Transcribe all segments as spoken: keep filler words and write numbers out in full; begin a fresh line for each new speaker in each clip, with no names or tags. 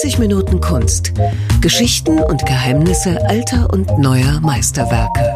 neunzig Minuten Kunst. Geschichten und Geheimnisse alter und neuer Meisterwerke.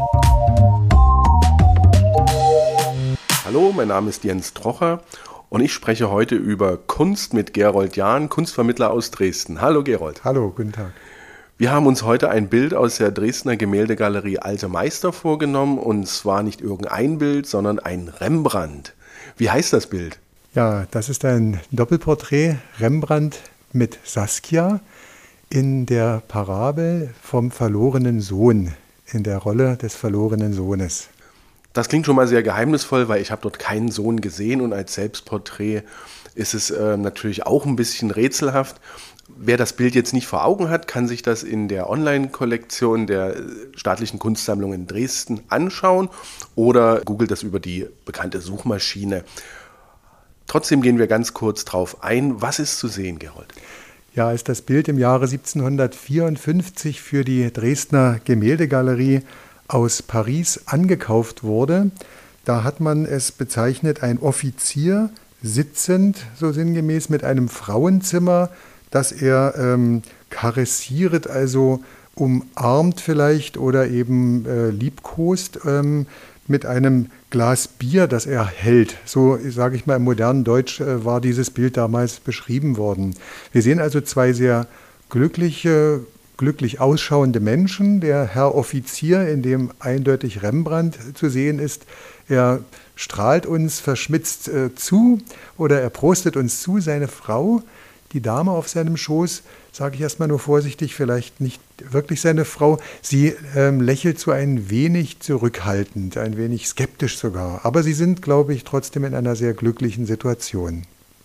Hallo, mein Name ist Jens Trocher und ich spreche heute über Kunst mit Gerold Jahn, Kunstvermittler aus Dresden. Hallo Gerold.
Hallo, guten Tag.
Wir haben uns heute ein Bild aus der Dresdner Gemäldegalerie Alte Meister vorgenommen, und zwar nicht irgendein Bild, sondern ein Rembrandt. Wie heißt das Bild?
Ja, das ist ein Doppelporträt Rembrandt mit Saskia in der Parabel vom verlorenen Sohn, in der Rolle des verlorenen Sohnes.
Das klingt schon mal sehr geheimnisvoll, weil ich habe dort keinen Sohn gesehen, und als Selbstporträt ist es äh, natürlich auch ein bisschen rätselhaft. Wer das Bild jetzt nicht vor Augen hat, kann sich das in der Online-Kollektion der Staatlichen Kunstsammlung in Dresden anschauen oder googelt das über die bekannte Suchmaschine. Trotzdem gehen wir ganz kurz drauf ein. Was ist zu sehen, Gerold?
Ja, als das Bild im Jahre siebzehnhundertvierundfünfzig für die Dresdner Gemäldegalerie aus Paris angekauft wurde, da hat man es bezeichnet, ein Offizier sitzend, so sinngemäß, mit einem Frauenzimmer, das er ähm, karessiert, also umarmt vielleicht oder eben äh, liebkost ähm, mit einem Glas Bier, das er hält. So, sage ich mal, im modernen Deutsch äh, war dieses Bild damals beschrieben worden. Wir sehen also zwei sehr glückliche, glücklich ausschauende Menschen. Der Herr Offizier, in dem eindeutig Rembrandt zu sehen ist, er strahlt uns verschmitzt äh, zu oder er prostet uns zu. Seine Frau, die Dame auf seinem Schoß, sage ich erstmal nur vorsichtig, vielleicht nicht wirklich seine Frau, sie ähm, lächelt so ein wenig zurückhaltend, ein wenig skeptisch sogar. Aber sie sind, glaube ich, trotzdem in einer sehr glücklichen Situation.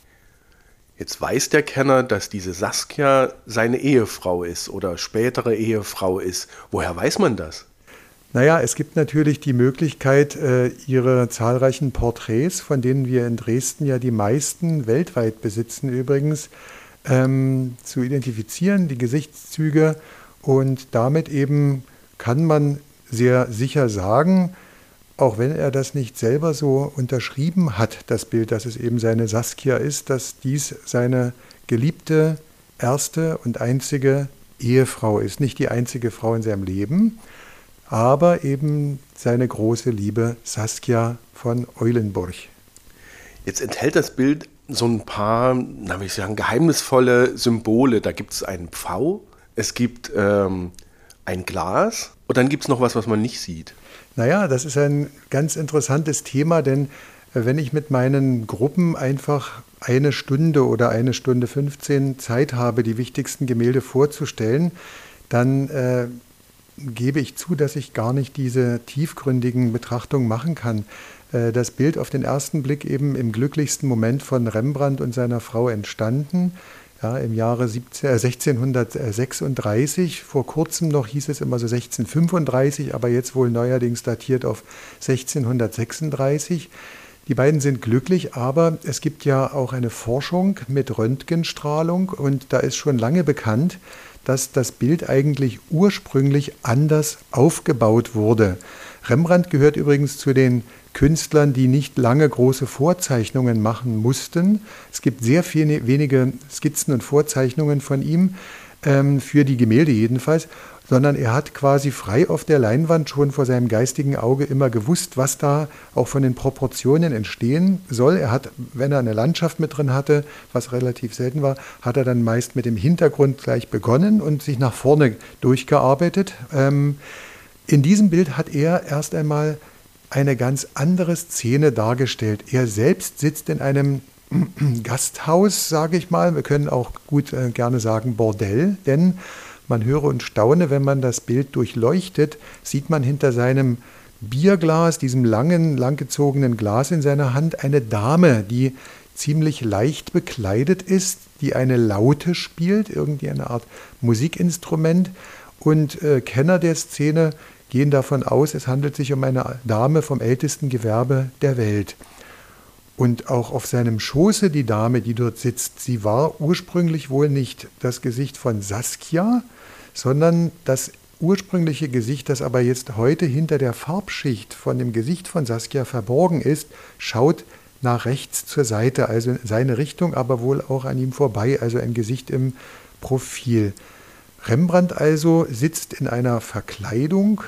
Jetzt weiß der Kenner, dass diese Saskia seine Ehefrau ist oder spätere Ehefrau ist. Woher weiß man das?
Naja, es gibt natürlich die Möglichkeit, ihre zahlreichen Porträts, von denen wir in Dresden ja die meisten weltweit besitzen übrigens, ähm, zu identifizieren, die Gesichtszüge. Und damit eben kann man sehr sicher sagen, auch wenn er das nicht selber so unterschrieben hat, das Bild, dass es eben seine Saskia ist, dass dies seine geliebte, erste und einzige Ehefrau ist. Nicht die einzige Frau in seinem Leben, aber eben seine große Liebe Saskia von Eulenburg.
Jetzt enthält das Bild so ein paar, na, wie ich sagen, geheimnisvolle Symbole. Da gibt es einen Pfau, es gibt ähm, ein Glas und dann gibt es noch was, was man nicht sieht.
Naja, das ist ein ganz interessantes Thema, denn wenn ich mit meinen Gruppen einfach eine Stunde oder eine Stunde fünfzehn Zeit habe, die wichtigsten Gemälde vorzustellen, dann äh, gebe ich zu, dass ich gar nicht diese tiefgründigen Betrachtungen machen kann. Das Bild auf den ersten Blick eben im glücklichsten Moment von Rembrandt und seiner Frau entstanden, ja, im Jahre sechzehnhundertsechsunddreißig. Vor kurzem noch hieß es immer so sechzehnhundertfünfunddreißig, aber jetzt wohl neuerdings datiert auf sechzehnhundertsechsunddreißig. Die beiden sind glücklich, aber es gibt ja auch eine Forschung mit Röntgenstrahlung und da ist schon lange bekannt, dass das Bild eigentlich ursprünglich anders aufgebaut wurde. Rembrandt gehört übrigens zu den Künstlern, die nicht lange große Vorzeichnungen machen mussten. Es gibt sehr viele, wenige Skizzen und Vorzeichnungen von ihm, ähm, für die Gemälde jedenfalls, sondern er hat quasi frei auf der Leinwand schon vor seinem geistigen Auge immer gewusst, was da auch von den Proportionen entstehen soll. Er hat, wenn er eine Landschaft mit drin hatte, was relativ selten war, hat er dann meist mit dem Hintergrund gleich begonnen und sich nach vorne durchgearbeitet. Ähm, in diesem Bild hat er erst einmal eine ganz andere Szene dargestellt. Er selbst sitzt in einem Gasthaus, sage ich mal. Wir können auch gut äh, gerne sagen Bordell, denn man höre und staune, wenn man das Bild durchleuchtet, sieht man hinter seinem Bierglas, diesem langen, langgezogenen Glas in seiner Hand, eine Dame, die ziemlich leicht bekleidet ist, die eine Laute spielt, irgendwie eine Art Musikinstrument. Und äh, Kenner der Szene gehen davon aus, es handelt sich um eine Dame vom ältesten Gewerbe der Welt. Und auch auf seinem Schoße die Dame, die dort sitzt, sie war ursprünglich wohl nicht das Gesicht von Saskia, sondern das ursprüngliche Gesicht, das aber jetzt heute hinter der Farbschicht von dem Gesicht von Saskia verborgen ist, schaut nach rechts zur Seite, also in seine Richtung, aber wohl auch an ihm vorbei, also ein Gesicht im Profil. Rembrandt also sitzt in einer Verkleidung,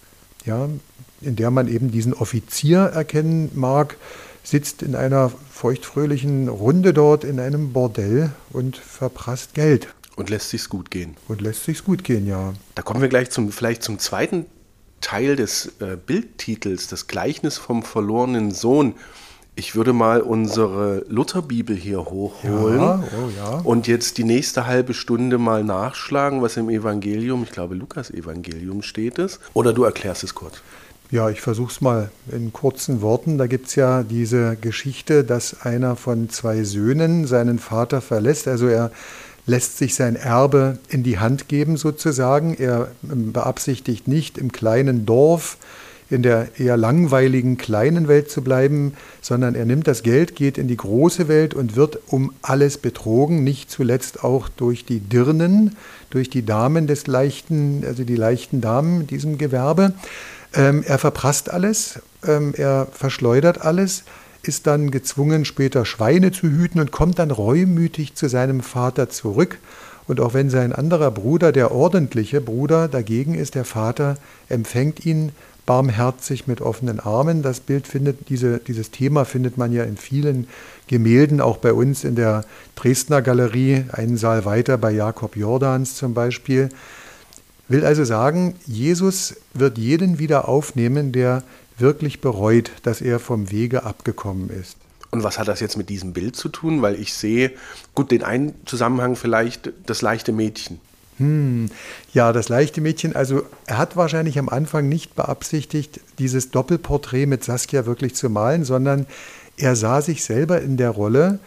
ja, in der man eben diesen Offizier erkennen mag, sitzt in einer feuchtfröhlichen Runde dort in einem Bordell und verprasst Geld.
Und lässt sich's gut gehen.
Und lässt sich's gut gehen, ja.
Da kommen wir gleich zum, vielleicht zum zweiten Teil des äh, Bildtitels, das Gleichnis vom verlorenen Sohn. Ich würde mal unsere Lutherbibel hier hochholen
ja, oh ja.
und jetzt die nächste halbe Stunde mal nachschlagen, was im Evangelium, ich glaube Lukas Evangelium steht es. Oder du erklärst es kurz.
Ja, ich versuche es mal in kurzen Worten. Da gibt es ja diese Geschichte, dass einer von zwei Söhnen seinen Vater verlässt. Also er lässt sich sein Erbe in die Hand geben sozusagen. Er beabsichtigt nicht, im kleinen Dorf in der eher langweiligen kleinen Welt zu bleiben, sondern er nimmt das Geld, geht in die große Welt und wird um alles betrogen, nicht zuletzt auch durch die Dirnen, durch die Damen des leichten, also die leichten Damen in diesem Gewerbe. Ähm, er verprasst alles, ähm, er verschleudert alles, ist dann gezwungen, später Schweine zu hüten und kommt dann reumütig zu seinem Vater zurück. Und auch wenn sein anderer Bruder, der ordentliche Bruder, dagegen ist, der Vater empfängt ihn barmherzig mit offenen Armen. Das Bild findet, diese, dieses Thema findet man ja in vielen Gemälden, auch bei uns in der Dresdner Galerie, einen Saal weiter bei Jakob Jordans zum Beispiel. Will also sagen, Jesus wird jeden wieder aufnehmen, der wirklich bereut, dass er vom Wege abgekommen ist.
Und was hat das jetzt mit diesem Bild zu tun? Weil ich sehe, gut, den einen Zusammenhang vielleicht das leichte Mädchen.
Hm, ja, das leichte Mädchen, also er hat wahrscheinlich am Anfang nicht beabsichtigt, dieses Doppelporträt mit Saskia wirklich zu malen, sondern er sah sich selber in der Rolle,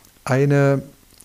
eine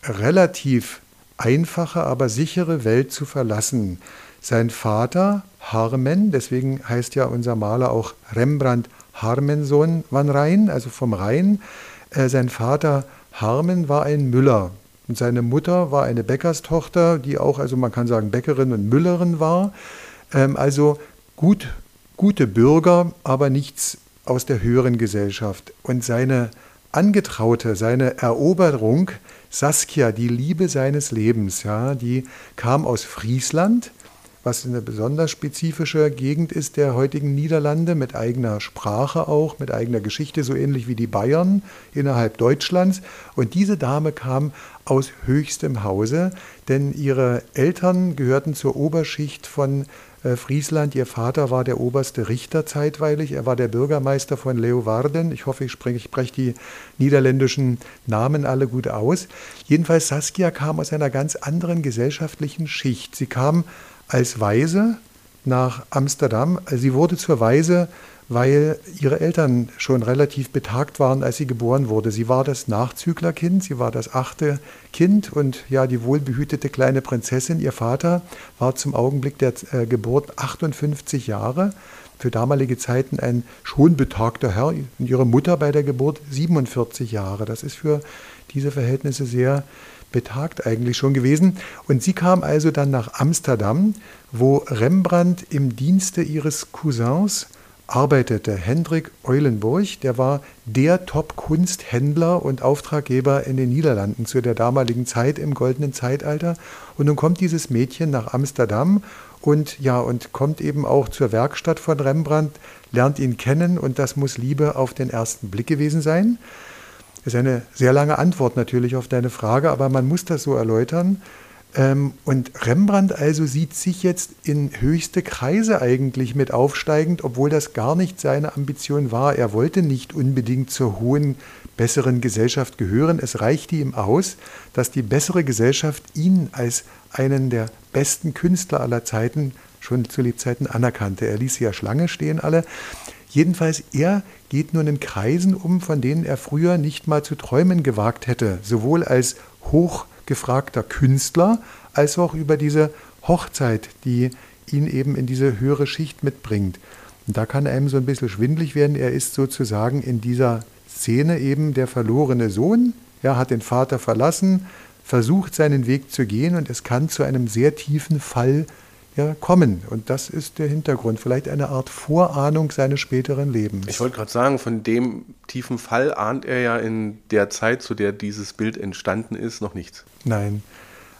relativ einfache, aber sichere Welt zu verlassen. Sein Vater, Harmen, deswegen heißt ja unser Maler auch Rembrandt Harmenzoon van Rijn, also vom Rhein. Äh, sein Vater Harmen war ein Müller. Und seine Mutter war eine Bäckerstochter, die auch, also man kann sagen, Bäckerin und Müllerin war. Ähm, also gut, gute Bürger, aber nichts aus der höheren Gesellschaft. Und seine Angetraute, seine Eroberung, Saskia, die Liebe seines Lebens, ja, die kam aus Friesland, was eine besonders spezifische Gegend ist der heutigen Niederlande, mit eigener Sprache auch, mit eigener Geschichte, so ähnlich wie die Bayern innerhalb Deutschlands. Und diese Dame kam aus höchstem Hause, denn ihre Eltern gehörten zur Oberschicht von äh, Friesland. Ihr Vater war der oberste Richter zeitweilig, er war der Bürgermeister von Leeuwarden. Ich hoffe, ich spreche, ich spreche die niederländischen Namen alle gut aus. Jedenfalls, Saskia kam aus einer ganz anderen gesellschaftlichen Schicht. Sie kam als Waise nach Amsterdam. Sie wurde zur Waise, weil ihre Eltern schon relativ betagt waren, als sie geboren wurde. Sie war das Nachzüglerkind, sie war das achte Kind und ja, die wohlbehütete kleine Prinzessin. Ihr Vater war zum Augenblick der äh, Geburt achtundfünfzig Jahre, für damalige Zeiten ein schon betagter Herr. Und ihre Mutter bei der Geburt siebenundvierzig Jahre. Das ist für diese Verhältnisse sehr betagt eigentlich schon gewesen. Und sie kam also dann nach Amsterdam, wo Rembrandt im Dienste ihres Cousins arbeitete. Hendrik Eulenburg, der war der Top-Kunsthändler und Auftraggeber in den Niederlanden zu der damaligen Zeit im goldenen Zeitalter. Und nun kommt dieses Mädchen nach Amsterdam und ja, und kommt eben auch zur Werkstatt von Rembrandt, lernt ihn kennen und das muss Liebe auf den ersten Blick gewesen sein. Das ist eine sehr lange Antwort natürlich auf deine Frage, aber man muss das so erläutern. Und Rembrandt also sieht sich jetzt in höchste Kreise eigentlich mit aufsteigend, obwohl das gar nicht seine Ambition war. Er wollte nicht unbedingt zur hohen, besseren Gesellschaft gehören. Es reichte ihm aus, dass die bessere Gesellschaft ihn als einen der besten Künstler aller Zeiten schon zu Lebzeiten anerkannte. Er ließ sie ja Schlange stehen alle. Jedenfalls, er geht nun in Kreisen um, von denen er früher nicht mal zu träumen gewagt hätte, sowohl als hochgefragter Künstler, als auch über diese Hochzeit, die ihn eben in diese höhere Schicht mitbringt. Und da kann einem so ein bisschen schwindlig werden. Er ist sozusagen in dieser Szene eben der verlorene Sohn. Er hat den Vater verlassen, versucht seinen Weg zu gehen und es kann zu einem sehr tiefen Fall ja, kommen. Und das ist der Hintergrund, vielleicht eine Art Vorahnung seines späteren Lebens.
Ich wollte gerade sagen, von dem tiefen Fall ahnt er ja in der Zeit, zu der dieses Bild entstanden ist, noch nichts.
Nein.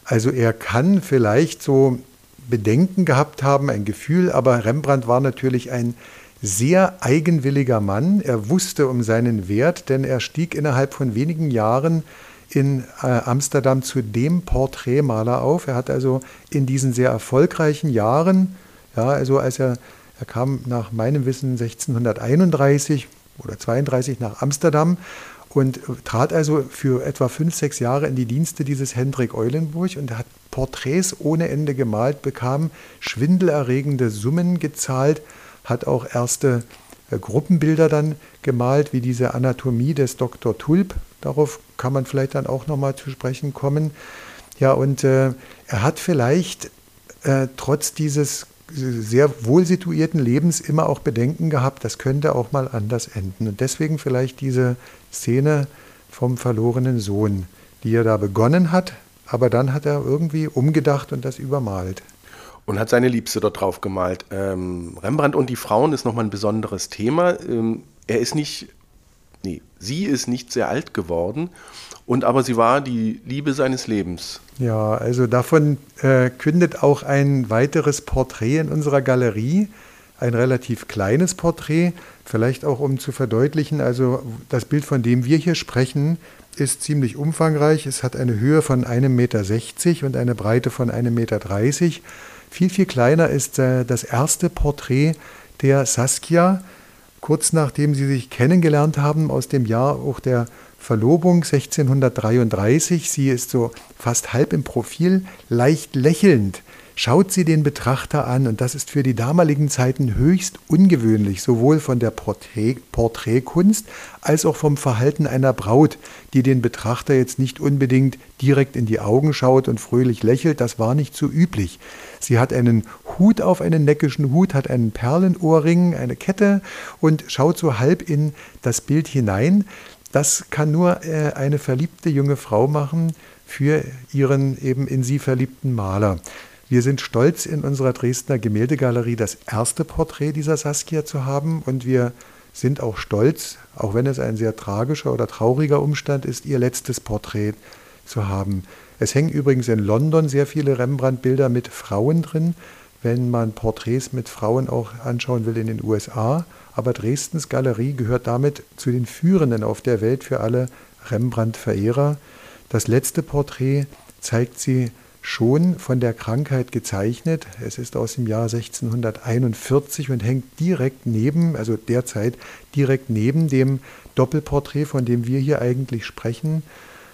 Also er kann vielleicht so Bedenken gehabt haben, ein Gefühl, aber Rembrandt war natürlich ein sehr eigenwilliger Mann. Er wusste um seinen Wert, denn er stieg innerhalb von wenigen Jahren in äh, Amsterdam zu dem Porträtmaler auf. Er hat also in diesen sehr erfolgreichen Jahren, ja, also als er, er kam nach meinem Wissen sechzehnhunderteinunddreißig oder zweiunddreißig nach Amsterdam und trat also für etwa fünf, sechs Jahre in die Dienste dieses Hendrik Eulenburg und er hat Porträts ohne Ende gemalt, bekam schwindelerregende Summen gezahlt, hat auch erste äh, Gruppenbilder dann gemalt, wie diese Anatomie des Doktor Tulp. Darauf kann man vielleicht dann auch nochmal zu sprechen kommen. Ja, und äh, er hat vielleicht äh, trotz dieses sehr wohl situierten Lebens immer auch Bedenken gehabt, das könnte auch mal anders enden. Und deswegen vielleicht diese Szene vom verlorenen Sohn, die er da begonnen hat, aber dann hat er irgendwie umgedacht und das übermalt.
Und hat seine Liebste dort drauf gemalt. Ähm, Rembrandt und die Frauen ist nochmal ein besonderes Thema. Ähm, er ist nicht, nee, sie ist nicht sehr alt geworden, und aber sie war die Liebe seines Lebens.
Ja, also davon äh, kündet auch ein weiteres Porträt in unserer Galerie, ein relativ kleines Porträt, vielleicht auch um zu verdeutlichen, also das Bild, von dem wir hier sprechen, ist ziemlich umfangreich. Es hat eine Höhe von einem Meter sechzig und eine Breite von einem Meter dreißig. Viel, viel kleiner ist äh, das erste Porträt der Saskia, kurz nachdem sie sich kennengelernt haben, aus dem Jahr auch der Verlobung sechzehnhundertdreiunddreißig. Sie ist so fast halb im Profil, leicht lächelnd. Schaut sie den Betrachter an und das ist für die damaligen Zeiten höchst ungewöhnlich, sowohl von der Porträt, Porträtkunst als auch vom Verhalten einer Braut, die den Betrachter jetzt nicht unbedingt direkt in die Augen schaut und fröhlich lächelt, das war nicht so üblich. Sie hat einen Hut auf, einen neckischen Hut, hat einen Perlenohrring, eine Kette und schaut so halb in das Bild hinein. Das kann nur äh, eine verliebte junge Frau machen für ihren eben in sie verliebten Maler. Wir sind stolz, in unserer Dresdner Gemäldegalerie das erste Porträt dieser Saskia zu haben und wir sind auch stolz, auch wenn es ein sehr tragischer oder trauriger Umstand ist, ihr letztes Porträt zu haben. Es hängen übrigens in London sehr viele Rembrandt-Bilder mit Frauen drin, wenn man Porträts mit Frauen auch anschauen will in den U S A. Aber Dresdens Galerie gehört damit zu den führenden auf der Welt für alle Rembrandt-Verehrer. Das letzte Porträt zeigt sie schon von der Krankheit gezeichnet. Es ist aus dem Jahr sechzehnhunderteinundvierzig und hängt direkt neben, also derzeit direkt neben dem Doppelporträt, von dem wir hier eigentlich sprechen.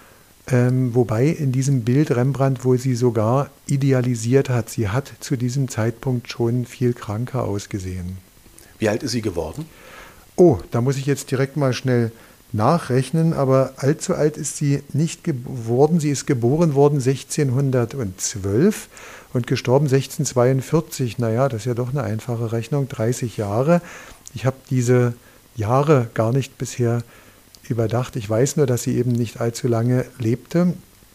Ähm, wobei in diesem Bild Rembrandt wohl sie sogar idealisiert hat. Sie hat zu diesem Zeitpunkt schon viel kranker ausgesehen.
Wie alt ist sie geworden?
Oh, da muss ich jetzt direkt mal schnell nachrechnen, aber allzu alt ist sie nicht geworden. Sie ist geboren worden sechzehnhundertzwölf und gestorben sechzehnhundertzweiundvierzig. Naja, das ist ja doch eine einfache Rechnung, dreißig Jahre. Ich habe diese Jahre gar nicht bisher überdacht. Ich weiß nur, dass sie eben nicht allzu lange lebte.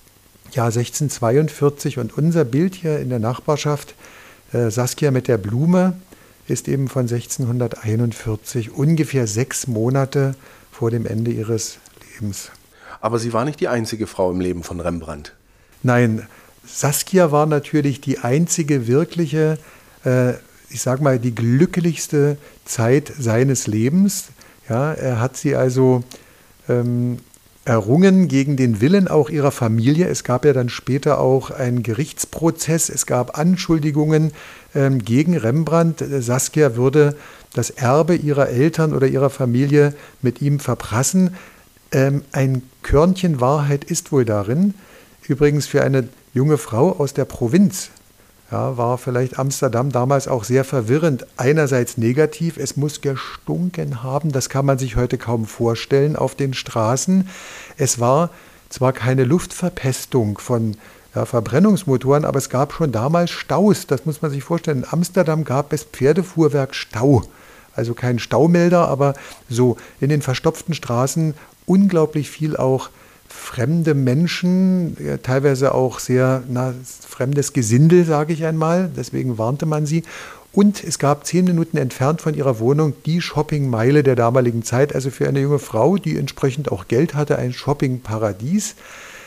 Ja, sechzehnhundertzweiundvierzig und unser Bild hier in der Nachbarschaft, äh, Saskia mit der Blume, ist eben von sechzehnhunderteinundvierzig, ungefähr sechs Monate vor dem Ende ihres Lebens.
Aber sie war nicht die einzige Frau im Leben von Rembrandt.
Nein, Saskia war natürlich die einzige wirkliche, äh, ich sag mal, die glücklichste Zeit seines Lebens. Ja, er hat sie also ähm, errungen gegen den Willen auch ihrer Familie. Es gab ja dann später auch einen Gerichtsprozess, es gab Anschuldigungen ähm, gegen Rembrandt. Saskia würde das Erbe ihrer Eltern oder ihrer Familie mit ihm verprassen. Ähm, ein Körnchen Wahrheit ist wohl darin. Übrigens für eine junge Frau aus der Provinz, ja, war vielleicht Amsterdam damals auch sehr verwirrend. Einerseits negativ, es muss gestunken haben, das kann man sich heute kaum vorstellen auf den Straßen. Es war zwar keine Luftverpestung von ja, Verbrennungsmotoren, aber es gab schon damals Staus, das muss man sich vorstellen. In Amsterdam gab es Pferdefuhrwerk Stau, also kein Staumelder, aber so in den verstopften Straßen unglaublich viel auch fremde Menschen, teilweise auch sehr na, fremdes Gesindel, sage ich einmal, deswegen warnte man sie. Und es gab zehn Minuten entfernt von ihrer Wohnung die Shoppingmeile der damaligen Zeit, also für eine junge Frau, die entsprechend auch Geld hatte, ein Shoppingparadies.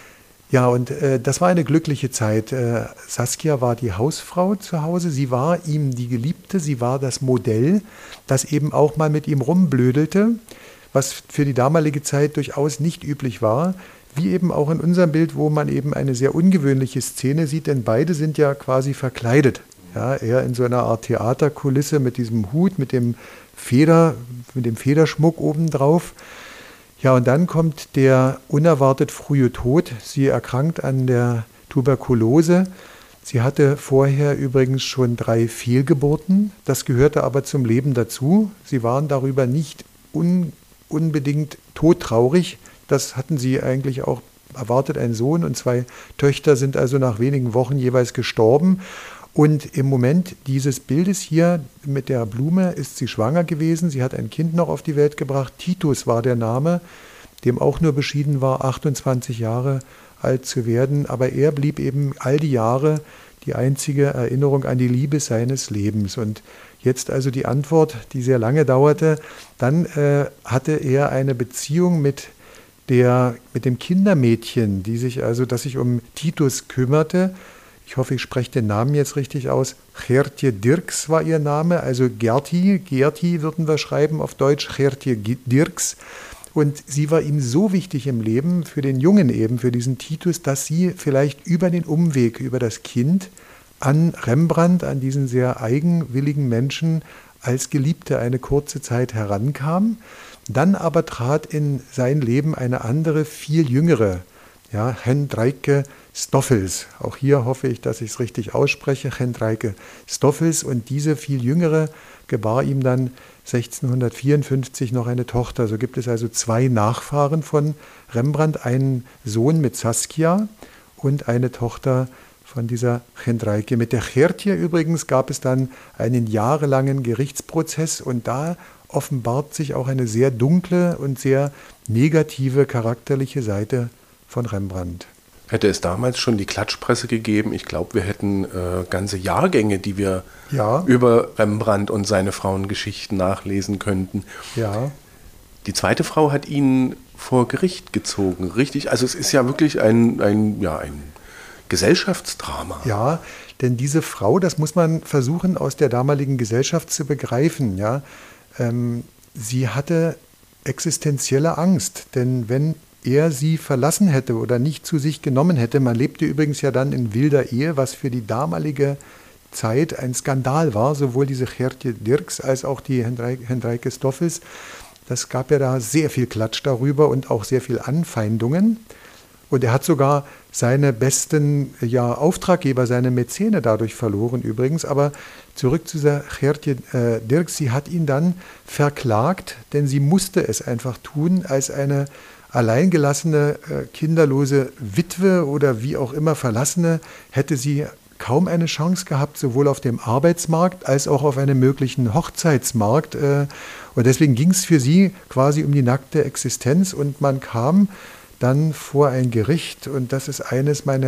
Ja, und äh, das war eine glückliche Zeit. Äh, Saskia war die Hausfrau zu Hause. Sie war ihm die Geliebte. Sie war das Modell, das eben auch mal mit ihm rumblödelte, was für die damalige Zeit durchaus nicht üblich war. Wie eben auch in unserem Bild, wo man eben eine sehr ungewöhnliche Szene sieht, denn beide sind ja quasi verkleidet. Ja, er in so einer Art Theaterkulisse mit diesem Hut, mit dem Feder, mit dem Federschmuck obendrauf. Ja, und dann kommt der unerwartet frühe Tod. Sie erkrankt an der Tuberkulose. Sie hatte vorher übrigens schon drei Fehlgeburten. Das gehörte aber zum Leben dazu. Sie waren darüber nicht un, unbedingt todtraurig. Das hatten sie eigentlich auch erwartet. Ein Sohn und zwei Töchter sind also nach wenigen Wochen jeweils gestorben. Und im Moment dieses Bildes hier mit der Blume ist sie schwanger gewesen. Sie hat ein Kind noch auf die Welt gebracht. Titus war der Name, dem auch nur beschieden war, achtundzwanzig Jahre alt zu werden. Aber er blieb eben all die Jahre die einzige Erinnerung an die Liebe seines Lebens. Und jetzt also die Antwort, die sehr lange dauerte. Dann äh, hatte er eine Beziehung mit der, mit dem Kindermädchen, die sich also, das sich um Titus kümmerte. Ich hoffe, ich spreche den Namen jetzt richtig aus. Gertje Dirks war ihr Name, also Gerti, Gerti würden wir schreiben auf Deutsch, Gertje Dirks. Und sie war ihm so wichtig im Leben, für den Jungen eben, für diesen Titus, dass sie vielleicht über den Umweg, über das Kind an Rembrandt, an diesen sehr eigenwilligen Menschen als Geliebte eine kurze Zeit herankam. Dann aber trat in sein Leben eine andere, viel jüngere, ja, Hendrijke Stoffels. Auch hier hoffe ich, dass ich es richtig ausspreche, Hendrijke Stoffels. Und diese viel jüngere gebar ihm dann sechzehnhundertvierundfünfzig noch eine Tochter. So gibt es also zwei Nachfahren von Rembrandt, einen Sohn mit Saskia und eine Tochter von dieser Hendrijke. Mit der Gertje übrigens gab es dann einen jahrelangen Gerichtsprozess und da offenbart sich auch eine sehr dunkle und sehr negative charakterliche Seite von Rembrandt.
Hätte es damals schon die Klatschpresse gegeben, ich glaube, wir hätten äh, ganze Jahrgänge, die wir ja. über Rembrandt und seine Frauengeschichten nachlesen könnten.
Ja.
Die zweite Frau hat ihn vor Gericht gezogen, richtig? Also es ist ja wirklich ein, ein, ja, ein Gesellschaftsdrama.
Ja, denn diese Frau, das muss man versuchen, aus der damaligen Gesellschaft zu begreifen. Ja? Ähm, sie hatte existenzielle Angst, denn wenn er sie verlassen hätte oder nicht zu sich genommen hätte. Man lebte übrigens ja dann in wilder Ehe, was für die damalige Zeit ein Skandal war, sowohl diese Gertje Dirks als auch die Hendrijke Stoffels. Das gab ja da sehr viel Klatsch darüber und auch sehr viel Anfeindungen. Und er hat sogar seine besten ja, Auftraggeber, seine Mäzene dadurch verloren übrigens. Aber zurück zu der Gertje äh, Dirks, sie hat ihn dann verklagt, denn sie musste es einfach tun als eine alleingelassene, kinderlose Witwe oder wie auch immer Verlassene, hätte sie kaum eine Chance gehabt, sowohl auf dem Arbeitsmarkt als auch auf einem möglichen Hochzeitsmarkt. Und deswegen ging es für sie quasi um die nackte Existenz und man kam dann vor ein Gericht und das ist eines meiner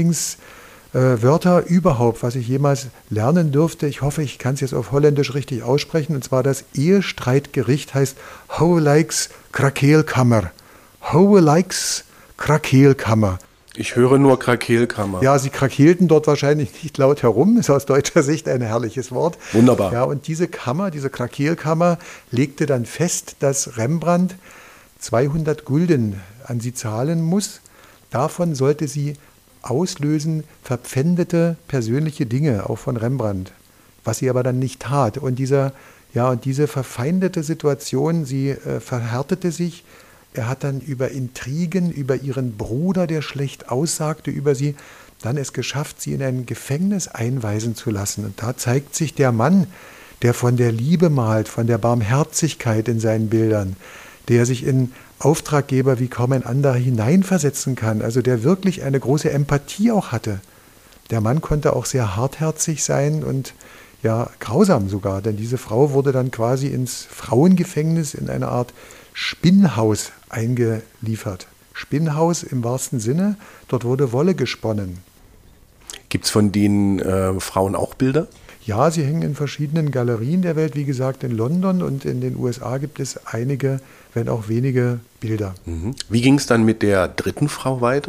Lieblingswörter überhaupt, was ich jemals lernen durfte. Ich hoffe, ich kann es jetzt auf Holländisch richtig aussprechen und zwar das Ehestreitgericht heißt Houwelijks Krakeelkammer. Houwelijks Krakeelkammer.
Ich höre nur Krakeelkammer.
Ja, sie krakeelten dort wahrscheinlich nicht laut herum, ist aus deutscher Sicht ein herrliches Wort.
Wunderbar.
Ja, und diese Kammer, diese Krakeelkammer legte dann fest, dass Rembrandt zweihundert Gulden an sie zahlen muss. Davon sollte sie auslösen verpfändete persönliche Dinge, auch von Rembrandt, was sie aber dann nicht tat. Und dieser, ja, und diese verfeindete Situation, sie äh, verhärtete sich. Er hat dann über Intrigen, über ihren Bruder, der schlecht aussagte über sie, dann es geschafft, sie in ein Gefängnis einweisen zu lassen. Und da zeigt sich der Mann, der von der Liebe malt, von der Barmherzigkeit in seinen Bildern, der sich in Auftraggeber wie kaum ein anderer hineinversetzen kann, also der wirklich eine große Empathie auch hatte. Der Mann konnte auch sehr hartherzig sein und ja, grausam sogar, denn diese Frau wurde dann quasi ins Frauengefängnis in eine Art Spinnhaus eingeliefert. Spinnhaus im wahrsten Sinne, dort wurde Wolle gesponnen.
Gibt es von den äh, Frauen auch Bilder?
Ja, sie hängen in verschiedenen Galerien der Welt, wie gesagt in London und in den U S A gibt es einige, wenn auch wenige Bilder.
Mhm. Wie ging es dann mit der dritten Frau weiter?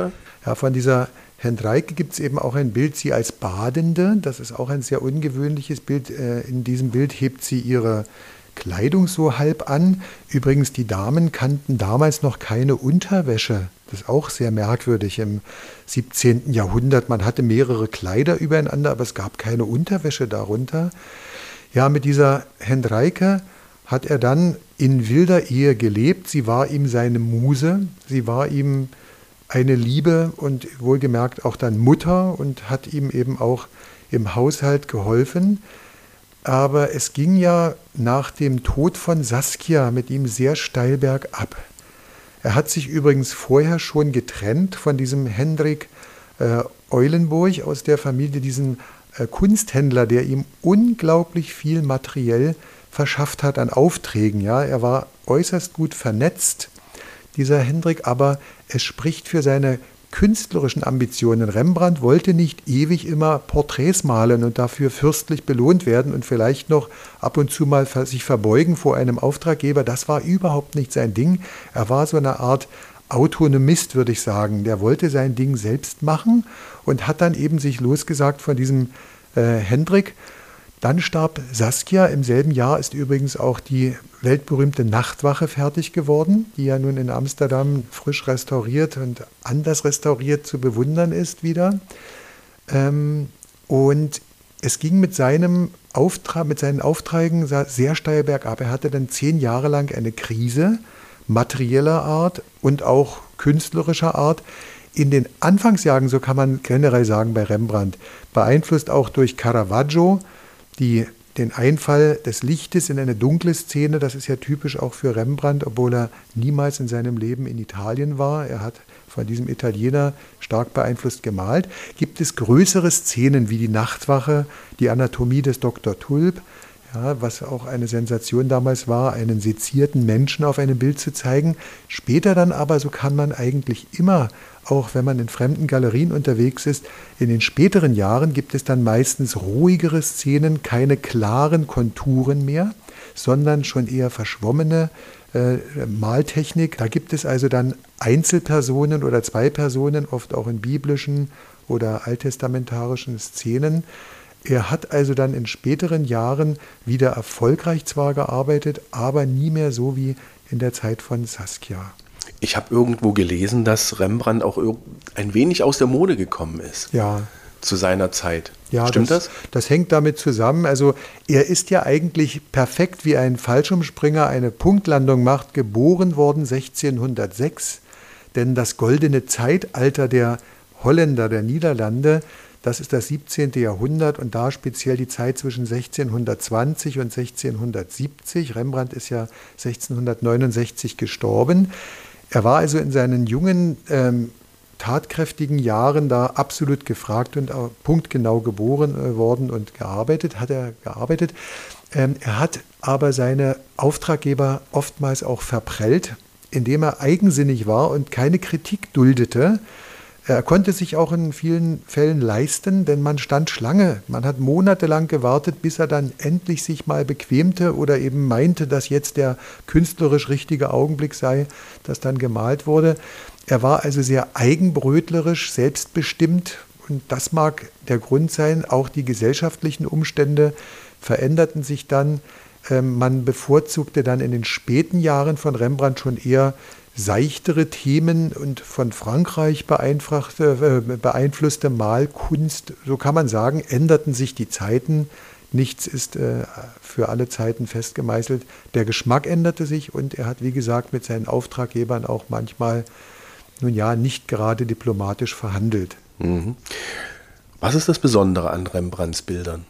Ja, von dieser Hendrijke gibt es eben auch ein Bild, sie als Badende. Das ist auch ein sehr ungewöhnliches Bild. In diesem Bild hebt sie ihre Kleidung so halb an. Übrigens, die Damen kannten damals noch keine Unterwäsche. Das ist auch sehr merkwürdig im siebzehnten Jahrhundert. Man hatte mehrere Kleider übereinander, aber es gab keine Unterwäsche darunter. Ja, mit dieser Hendrijke hat er dann in wilder Ehe gelebt. Sie war ihm seine Muse, sie war ihm eine Liebe und wohlgemerkt auch dann Mutter und hat ihm eben auch im Haushalt geholfen. Aber es ging ja nach dem Tod von Saskia mit ihm sehr steil bergab. Er hat sich übrigens vorher schon getrennt von diesem Hendrik äh, Eulenburg aus der Familie, diesen äh, Kunsthändler, der ihm unglaublich viel materiell verschafft hat an Aufträgen. Ja, er war äußerst gut vernetzt, dieser Hendrik, aber es spricht für seine künstlerischen Ambitionen. Rembrandt wollte nicht ewig immer Porträts malen und dafür fürstlich belohnt werden und vielleicht noch ab und zu mal sich verbeugen vor einem Auftraggeber. Das war überhaupt nicht sein Ding. Er war so eine Art Autonomist, würde ich sagen. Der wollte sein Ding selbst machen und hat dann eben sich losgesagt von diesem äh, Hendrik. Dann starb Saskia. Im selben Jahr ist übrigens auch die weltberühmte Nachtwache fertig geworden, die ja nun in Amsterdam frisch restauriert und anders restauriert zu bewundern ist wieder. Ähm, und es ging mit, seinem Auftrag, mit seinen Aufträgen sehr steil bergab. Er hatte dann zehn Jahre lang eine Krise materieller Art und auch künstlerischer Art. In den Anfangsjahren, so kann man generell sagen bei Rembrandt, beeinflusst auch durch Caravaggio, die, den Einfall des Lichtes in eine dunkle Szene, das ist ja typisch auch für Rembrandt, obwohl er niemals in seinem Leben in Italien war. Er hat von diesem Italiener stark beeinflusst gemalt. Gibt es größere Szenen wie die Nachtwache, die Anatomie des Doktor Tulp, ja, was auch eine Sensation damals war, einen sezierten Menschen auf einem Bild zu zeigen. Später dann aber, so kann man eigentlich immer, auch wenn man in fremden Galerien unterwegs ist, in den späteren Jahren gibt es dann meistens ruhigere Szenen, keine klaren Konturen mehr, sondern schon eher verschwommene äh, Maltechnik. Da gibt es also dann Einzelpersonen oder zwei Personen, oft auch in biblischen oder alttestamentarischen Szenen. Er hat also dann in späteren Jahren wieder erfolgreich zwar gearbeitet, aber nie mehr so wie in der Zeit von Saskia.
Ich habe irgendwo gelesen, dass Rembrandt auch ein wenig aus der Mode gekommen ist.
Ja.
Zu seiner Zeit.
Ja,
stimmt das,
das? Das hängt damit zusammen. Also er ist ja eigentlich perfekt wie ein Fallschirmspringer eine Punktlandung macht, geboren worden sechzehnhundertsechs. Denn das goldene Zeitalter der Holländer, der Niederlande, das ist das siebzehnte Jahrhundert und da speziell die Zeit zwischen sechzehnhundertzwanzig und sechzehnhundertsiebzig. Rembrandt ist ja sechzehnhundertneunundsechzig gestorben. Er war also in seinen jungen, ähm, tatkräftigen Jahren da absolut gefragt und äh, punktgenau geboren äh, worden und gearbeitet, hat er gearbeitet. Ähm, er hat aber seine Auftraggeber oftmals auch verprellt, indem er eigensinnig war und keine Kritik duldete. Er konnte sich auch in vielen Fällen leisten, denn man stand Schlange. Man hat monatelang gewartet, bis er dann endlich sich mal bequemte oder eben meinte, dass jetzt der künstlerisch richtige Augenblick sei, dass dann gemalt wurde. Er war also sehr eigenbrötlerisch, selbstbestimmt und das mag der Grund sein. Auch die gesellschaftlichen Umstände veränderten sich dann. Man bevorzugte dann in den späten Jahren von Rembrandt schon eher seichtere Themen und von Frankreich beeinflusste, äh, beeinflusste Malkunst, so kann man sagen, änderten sich die Zeiten. Nichts ist äh, für alle Zeiten festgemeißelt. Der Geschmack änderte sich und er hat, wie gesagt, mit seinen Auftraggebern auch manchmal, nun ja, nicht gerade diplomatisch verhandelt.
Mhm. Was ist das Besondere an Rembrandts Bildern?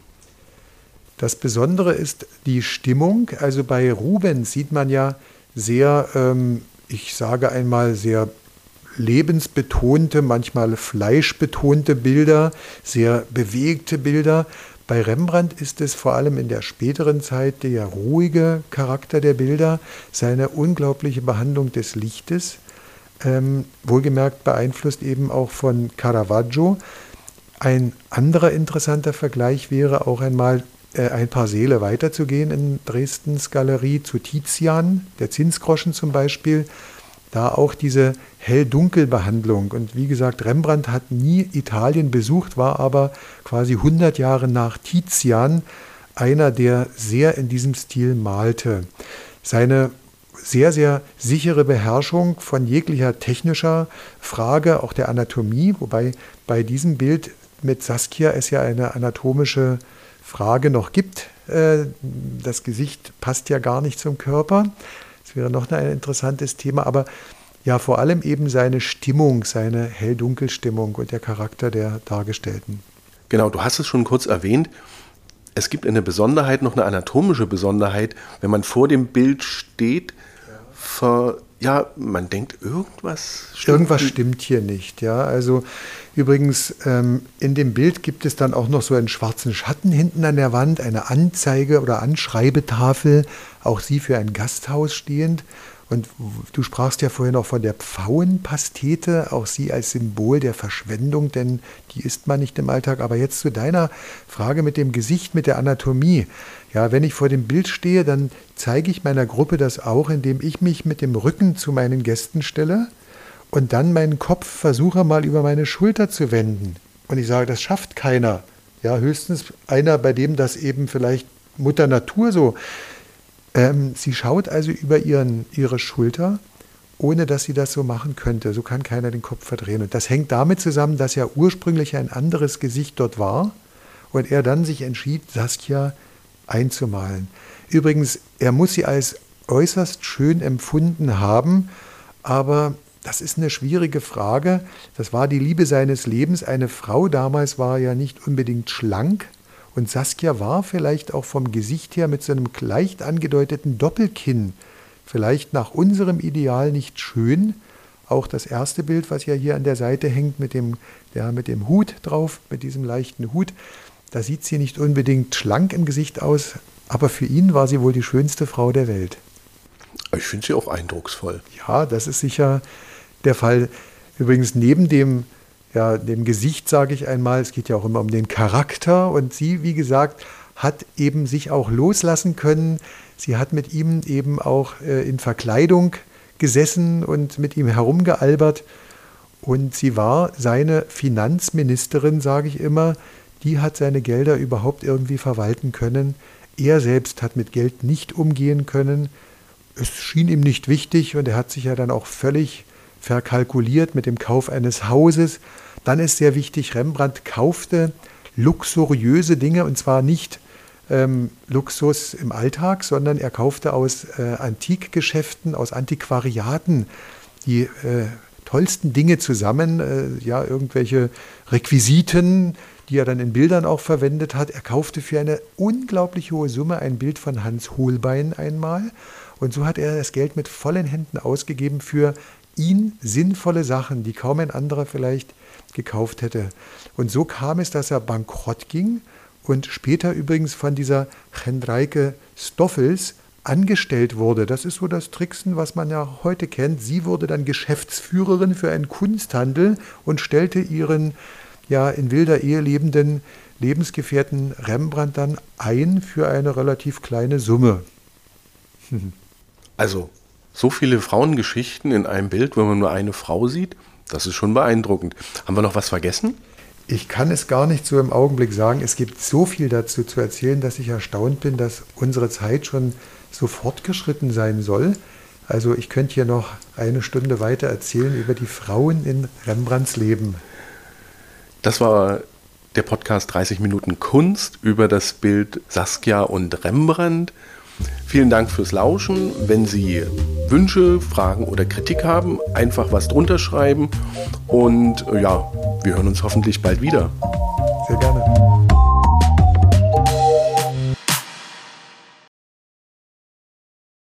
Das Besondere ist die Stimmung. Also bei Rubens sieht man ja sehr ähm, ich sage einmal, sehr lebensbetonte, manchmal fleischbetonte Bilder, sehr bewegte Bilder. Bei Rembrandt ist es vor allem in der späteren Zeit der ruhige Charakter der Bilder, seine unglaubliche Behandlung des Lichtes, ähm, wohlgemerkt beeinflusst eben auch von Caravaggio. Ein anderer interessanter Vergleich wäre auch einmal äh, ein paar Säle weiterzugehen in Dresdens Galerie zu Tizian, der Zinsgroschen zum Beispiel. da auch diese Hell-Dunkel-Behandlung. Und wie gesagt, Rembrandt hat nie Italien besucht, war aber quasi hundert Jahre nach Tizian einer, der sehr in diesem Stil malte. Seine sehr, sehr sichere Beherrschung von jeglicher technischer Frage, auch der Anatomie, wobei bei diesem Bild mit Saskia es ja eine anatomische Frage noch gibt. Das Gesicht passt ja gar nicht zum Körper. Das wäre noch ein interessantes Thema, aber ja, vor allem eben seine Stimmung, seine Hell-Dunkel-Stimmung und der Charakter der Dargestellten.
Genau, du hast es schon kurz erwähnt. Es gibt eine Besonderheit, noch eine anatomische Besonderheit, wenn man vor dem Bild steht, ver, ja, man denkt, irgendwas
stimmt. Irgendwas stimmt hier nicht, ja. Also übrigens, ähm, in dem Bild gibt es dann auch noch so einen schwarzen Schatten hinten an der Wand, eine Anzeige- oder Anschreibetafel, auch sie für ein Gasthaus stehend. Und du sprachst ja vorhin auch von der Pfauenpastete, auch sie als Symbol der Verschwendung, denn die isst man nicht im Alltag. Aber jetzt zu deiner Frage mit dem Gesicht, mit der Anatomie. Ja, wenn ich vor dem Bild stehe, dann zeige ich meiner Gruppe das auch, indem ich mich mit dem Rücken zu meinen Gästen stelle und dann meinen Kopf versuche mal über meine Schulter zu wenden. Und ich sage, das schafft keiner. Ja, höchstens einer, bei dem das eben vielleicht Mutter Natur so. Ähm, sie schaut also über ihren, ihre Schulter, ohne dass sie das so machen könnte. So kann keiner den Kopf verdrehen. Und das hängt damit zusammen, dass ja ursprünglich ein anderes Gesicht dort war und er dann sich entschied, Saskia einzumalen. Übrigens, er muss sie als äußerst schön empfunden haben, aber das ist eine schwierige Frage. Das war die Liebe seines Lebens. Eine Frau damals war ja nicht unbedingt schlank. Und Saskia war vielleicht auch vom Gesicht her mit so einem leicht angedeuteten Doppelkinn vielleicht nach unserem Ideal nicht schön. Auch das erste Bild, was ja hier an der Seite hängt, mit dem, ja, mit dem Hut drauf, mit diesem leichten Hut, da sieht sie nicht unbedingt schlank im Gesicht aus, aber für ihn war sie wohl die schönste Frau der Welt.
Ich finde sie auch eindrucksvoll.
Ja, das ist sicher der Fall. Übrigens neben dem Ja, dem Gesicht, sage ich einmal, es geht ja auch immer um den Charakter und sie, wie gesagt, hat eben sich auch loslassen können. Sie hat mit ihm eben auch äh, in Verkleidung gesessen und mit ihm herumgealbert und sie war seine Finanzministerin, sage ich immer, die hat seine Gelder überhaupt irgendwie verwalten können. Er selbst hat mit Geld nicht umgehen können. Es schien ihm nicht wichtig und er hat sich ja dann auch völlig verkalkuliert mit dem Kauf eines Hauses. Dann ist sehr wichtig, Rembrandt kaufte luxuriöse Dinge und zwar nicht ähm, Luxus im Alltag, sondern er kaufte aus äh, Antikgeschäften, aus Antiquariaten die äh, tollsten Dinge zusammen, äh, ja, irgendwelche Requisiten, die er dann in Bildern auch verwendet hat. Er kaufte für eine unglaublich hohe Summe ein Bild von Hans Holbein einmal und so hat er das Geld mit vollen Händen ausgegeben für ihn sinnvolle Sachen, die kaum ein anderer vielleicht gekauft hätte. Und so kam es, dass er bankrott ging und später übrigens von dieser Hendrijke Stoffels angestellt wurde. Das ist so das Tricksen, was man ja heute kennt. Sie wurde dann Geschäftsführerin für einen Kunsthandel und stellte ihren ja in wilder Ehe lebenden Lebensgefährten Rembrandt dann ein für eine relativ kleine Summe.
Also so viele Frauengeschichten in einem Bild, wenn man nur eine Frau sieht, das ist schon beeindruckend. Haben wir noch was vergessen?
Ich kann es gar nicht so im Augenblick sagen. Es gibt so viel dazu zu erzählen, dass ich erstaunt bin, dass unsere Zeit schon so fortgeschritten sein soll. Also ich könnte hier noch eine Stunde weiter erzählen über die Frauen in Rembrandts Leben.
Das war der Podcast dreißig Minuten Kunst über das Bild Saskia und Rembrandt. Vielen Dank fürs Lauschen. Wenn Sie Wünsche, Fragen oder Kritik haben, einfach was drunter schreiben. Und ja, wir hören uns hoffentlich bald wieder.
Sehr gerne.